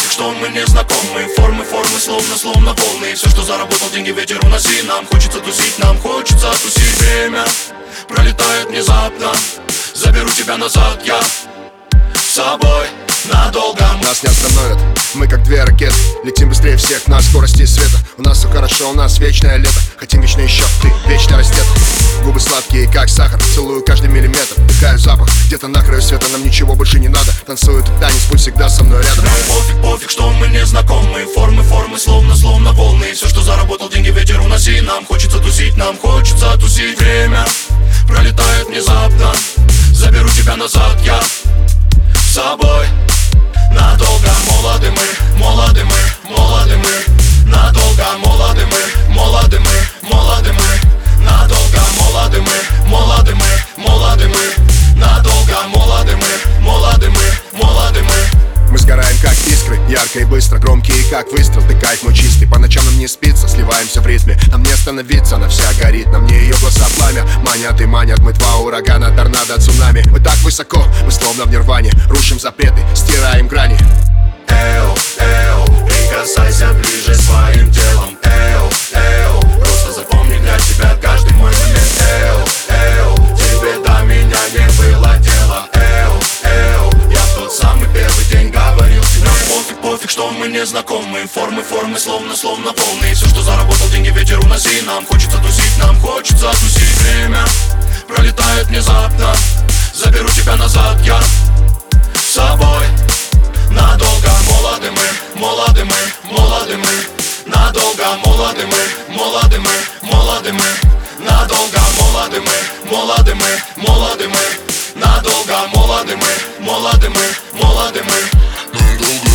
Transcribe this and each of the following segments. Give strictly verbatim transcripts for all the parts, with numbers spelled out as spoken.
пофиг, что мы не знакомы. Формы, формы, словно, словно волны. Все, что заработал, деньги ветер уноси. Нам хочется тусить, нам хочется тусить. Время пролетает внезапно. Заберу тебя назад, я с собой надолго. Нас не остановят, мы как две ракеты. Летим быстрее всех на скорости света. У нас все хорошо, у нас вечное лето. Хотим вечно еще, ты вечно раздета. Губы сладкие, как сахар, целую каждый миллиметр. Вдыхаю запах, где-то на краю света. Нам ничего больше не надо, танцует танец, пусть всегда со мной рядом. Нам пофиг, пофиг, что мы не знакомы. Формы, формы, словно, словно волны. Все, что заработал, деньги ветер уноси. Нам хочется тусить, нам хочется тусить. Время пролетает внезапно. Заберу тебя назад, я с собой надолго. Молоды мы, молоды мы, молоды мы. Надолго, молоды мы, молоды мы, молоды мы. Надолго, молоды мы, молоды мы, молоды мы. Надолго, молоды мы, молоды мы, молоды мы. Мы сгораем как искры, ярко и быстро, громкие как выстрел. Ты кайф мой чистый, по ночам нам не спится. Сливаемся в ритме, нам не остановиться. Она вся горит, на мне ее глаза пламя. Манят и манят, мы два урагана, торнадо, цунами. Мы так высоко, мы словно в нирване. Рушим запреты, стираем грани. Эу, эу, прикасайся ближе своим телом. Эу, эу, просто запомни для тебя каждый мой момент. Эу, эу, тебе до меня не было дела. Эу, эу, я в тот самый первый день говорил тебе. Нам пофиг, пофиг, что мы не знакомы. Формы, формы, словно, словно волны. Все, что заработал, деньги ветер уноси. Нам хочется тусить, нам хочется тусить. Время пролетает внезапно. Заберу тебя назад, я с собой надолго. Молоды мы, молоды мы, молоды мы. Надолго, молоды мы, молоды мы, молоды мы. Надолго, молоды мы, молоды мы, молоды мы. Надолго, молоды мы, молоды мы, молоды мы. Надолго,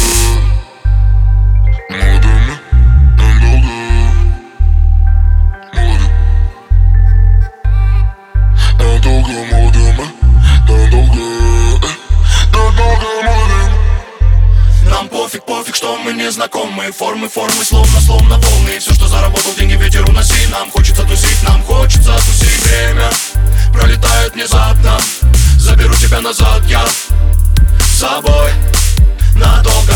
молоды мы, надолго, молоды. Надолго, молоды мы, надолго, надолго, молоды. Нам пофиг, пофиг, что мы не знакомы. Формы, формы, словно, словно волны. Все, что заработал, деньги ветер уноси. Нам хочется тусить, нам хочется тусить. Время пролетает внезапно. Заберу тебя назад, я с собой надолго.